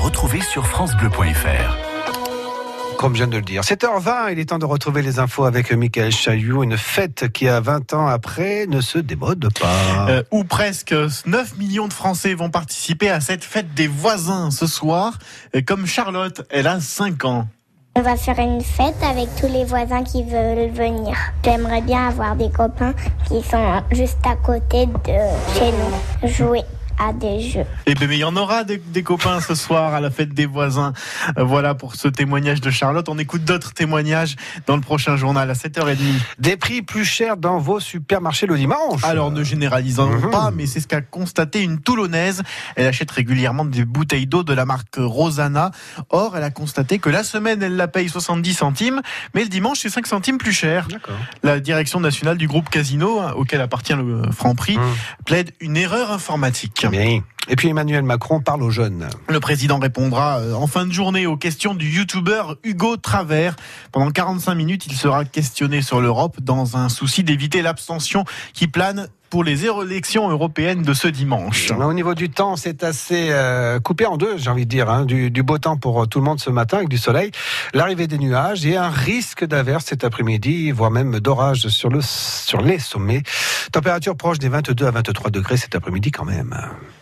retrouver sur francebleu.fr. Comme je viens de le dire. 7h20, il est temps de retrouver les infos avec Michael Chailloux. Une fête qui, à 20 ans après, ne se démode pas. Ou presque. 9 millions de Français vont participer à cette fête des voisins ce soir. Comme Charlotte, elle a 5 ans. On va faire une fête avec tous les voisins qui veulent venir. J'aimerais bien avoir des copains qui sont juste à côté de chez nous, jouer à des jeux. Et bien, il y en aura des copains ce soir à la fête des voisins. Voilà pour ce témoignage de Charlotte. On écoute d'autres témoignages dans le prochain journal à 7h30. Des prix plus chers dans vos supermarchés le dimanche. Alors, ne généralisons pas, mais c'est ce qu'a constaté une Toulonnaise. Elle achète régulièrement des bouteilles d'eau de la marque Rosana. Or, elle a constaté que la semaine, elle la paye 70 centimes, mais le dimanche, c'est 5 centimes plus cher. D'accord. La direction nationale du groupe Casino, auquel appartient le Franprix, plaide une erreur informatique. Bien. Et puis Emmanuel Macron parle aux jeunes. Le président répondra en fin de journée aux questions du youtubeur Hugo Travers. Pendant 45 minutes, il sera questionné sur l'Europe dans un souci d'éviter l'abstention qui plane pour les élections européennes de ce dimanche. Au niveau du temps, c'est assez coupé en deux, j'ai envie de dire. Du beau temps pour tout le monde ce matin avec du soleil, l'arrivée des nuages et un risque d'averse cet après-midi, voire même d'orage sur les sommets. Température proche des 22 à 23 degrés cet après-midi quand même.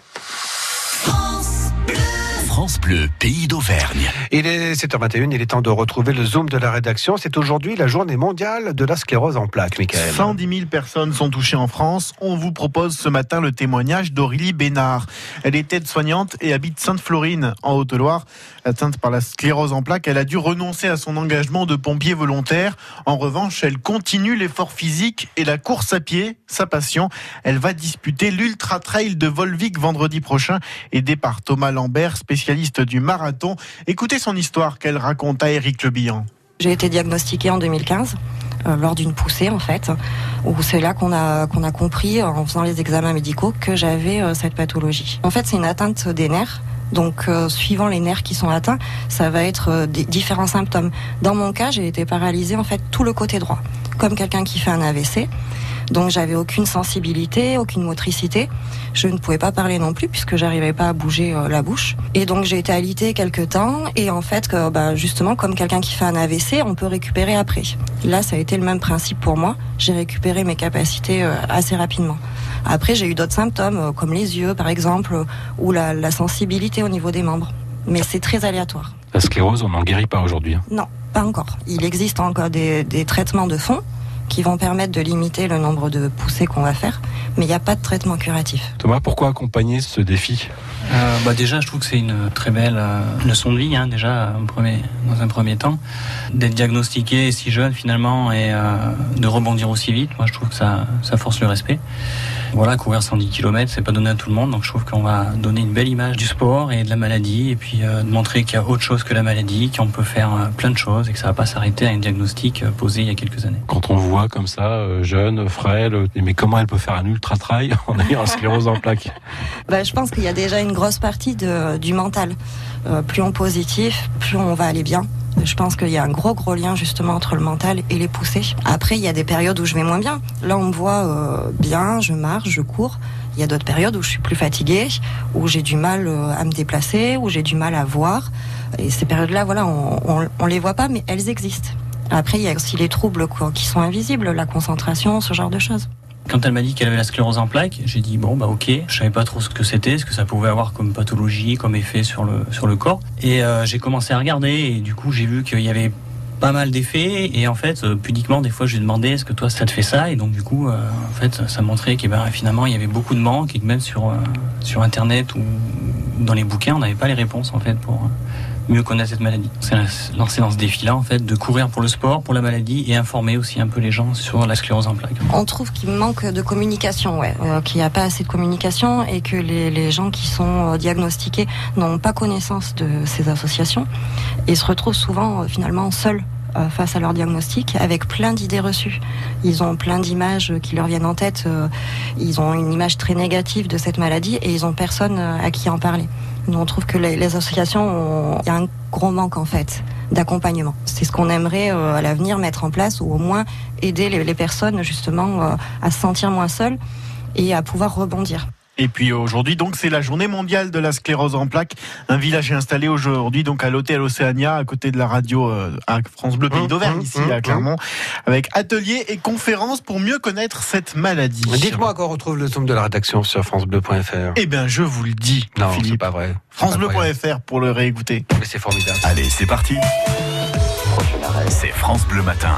France Bleu, pays d'Auvergne. Il est 7h21, il est temps de retrouver le Zoom de la rédaction. C'est aujourd'hui la journée mondiale de la sclérose en plaques, Michael. 110 000 personnes sont touchées en France. On vous propose ce matin le témoignage d'Aurélie Bénard. Elle est aide-soignante et habite Sainte-Florine, en Haute-Loire. Atteinte par la sclérose en plaques, elle a dû renoncer à son engagement de pompier volontaire. En revanche, elle continue l'effort physique et la course à pied, sa passion. Elle va disputer l'Ultra Trail de Volvic vendredi prochain, aidée par Thomas Lambert, spécialiste du marathon. Écoutez son histoire qu'elle raconte à Éric Le Bihan. J'ai été diagnostiquée en 2015 lors d'une poussée en fait, où c'est là qu'on a compris en faisant les examens médicaux que j'avais cette pathologie. En fait, c'est une atteinte des nerfs. Donc, suivant les nerfs qui sont atteints, ça va être différents symptômes. Dans mon cas, j'ai été paralysée en fait tout le côté droit, comme quelqu'un qui fait un AVC. Donc, j'avais aucune sensibilité, aucune motricité. Je ne pouvais pas parler non plus puisque j'arrivais pas à bouger la bouche. Et donc, j'ai été alitée quelques temps. Et en fait, justement, comme quelqu'un qui fait un AVC, on peut récupérer après. Là, ça a été le même principe pour moi. J'ai récupéré mes capacités assez rapidement. Après, j'ai eu d'autres symptômes, comme les yeux, par exemple, ou la sensibilité au niveau des membres. Mais c'est très aléatoire. La sclérose, on n'en guérit pas aujourd'hui. Non, pas encore. Il existe encore des traitements de fond qui vont permettre de limiter le nombre de poussées qu'on va faire, mais il n'y a pas de traitement curatif. Thomas, pourquoi accompagner ce défi ? Déjà, je trouve que c'est une très belle leçon de vie, dans un premier temps. D'être diagnostiqué si jeune, finalement, et de rebondir aussi vite, moi, je trouve que ça force le respect. Voilà, courir 110 km, c'est pas donné à tout le monde, donc je trouve qu'on va donner une belle image du sport et de la maladie, et puis de montrer qu'il y a autre chose que la maladie, qu'on peut faire plein de choses, et que ça va pas s'arrêter à un diagnostic posé il y a quelques années. Quand on voit comme ça, jeune, frêle, mais comment elle peut faire un ultra-trail en ayant la sclérose en plaques ? Je pense qu'il y a déjà une grosse partie du mental. Plus on est positif, plus on va aller bien. Je pense qu'il y a un gros lien justement entre le mental et les poussées. Après, il y a des périodes où je vais moins bien. Là, on me voit bien, je marche, je cours. Il y a d'autres périodes où je suis plus fatiguée, où j'ai du mal à me déplacer, où j'ai du mal à voir. Et ces périodes-là, voilà, on les voit pas, mais elles existent. Après, il y a aussi les troubles qui sont invisibles, la concentration, ce genre de choses. Quand elle m'a dit qu'elle avait la sclérose en plaques, j'ai dit ok, je savais pas trop ce que c'était, ce que ça pouvait avoir comme pathologie, comme effet sur le corps. Et j'ai commencé à regarder et du coup j'ai vu qu'il y avait pas mal d'effets et en fait pudiquement des fois je lui ai demandé est-ce que toi ça te fait ça, et donc du coup en fait ça montrait que finalement il y avait beaucoup de manques et que même sur internet ou dans les bouquins on n'avait pas les réponses en fait pour mieux connaître cette maladie. C'est lancé dans ce défi-là, en fait, de courir pour le sport, pour la maladie et informer aussi un peu les gens sur la sclérose en plaques. On trouve qu'il manque de communication, qu'il n'y a pas assez de communication et que les gens qui sont diagnostiqués n'ont pas connaissance de ces associations et se retrouvent souvent finalement seuls face à leur diagnostic, avec plein d'idées reçues. Ils ont plein d'images qui leur viennent en tête, ils ont une image très négative de cette maladie et ils n'ont personne à qui en parler. Nous, on trouve que les associations, il y a un gros manque en fait d'accompagnement. C'est ce qu'on aimerait à l'avenir mettre en place, ou au moins aider les personnes justement à se sentir moins seules et à pouvoir rebondir. Et puis aujourd'hui, donc, c'est la journée mondiale de la sclérose en plaques. Un village est installé aujourd'hui, donc, à l'hôtel Océania, à côté de la radio à France Bleu Pays d'Auvergne, ici à Clermont, avec ateliers et conférences pour mieux connaître cette maladie. Dites-moi qu'on retrouve le zoom de la rédaction sur francebleu.fr. Eh bien, je vous le dis, Non, Philippe. c'est pas vrai. francebleu.fr pour le réécouter. Mais c'est formidable. Allez, c'est parti. C'est France Bleu Matin.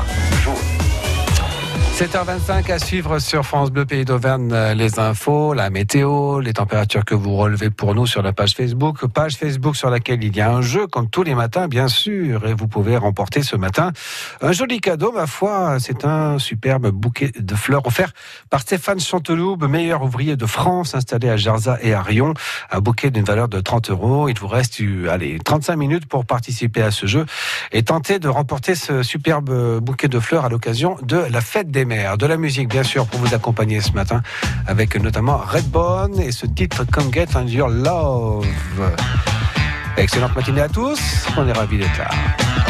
7h25 à suivre sur France Bleu Pays d'Auvergne, les infos, la météo, les températures que vous relevez pour nous sur la page Facebook sur laquelle il y a un jeu comme tous les matins bien sûr, et vous pouvez remporter ce matin un joli cadeau, ma foi, c'est un superbe bouquet de fleurs offert par Stéphane Chanteloube, meilleur ouvrier de France installé à Jarza et à Rion, un bouquet d'une valeur de 30 €. Il vous reste 35 minutes pour participer à ce jeu et tenter de remporter ce superbe bouquet de fleurs à l'occasion de la fête des mères. De la musique, bien sûr, pour vous accompagner ce matin, avec notamment Redbone et ce titre Come Get On Your Love. Excellente matinée à tous, on est ravis d'être là.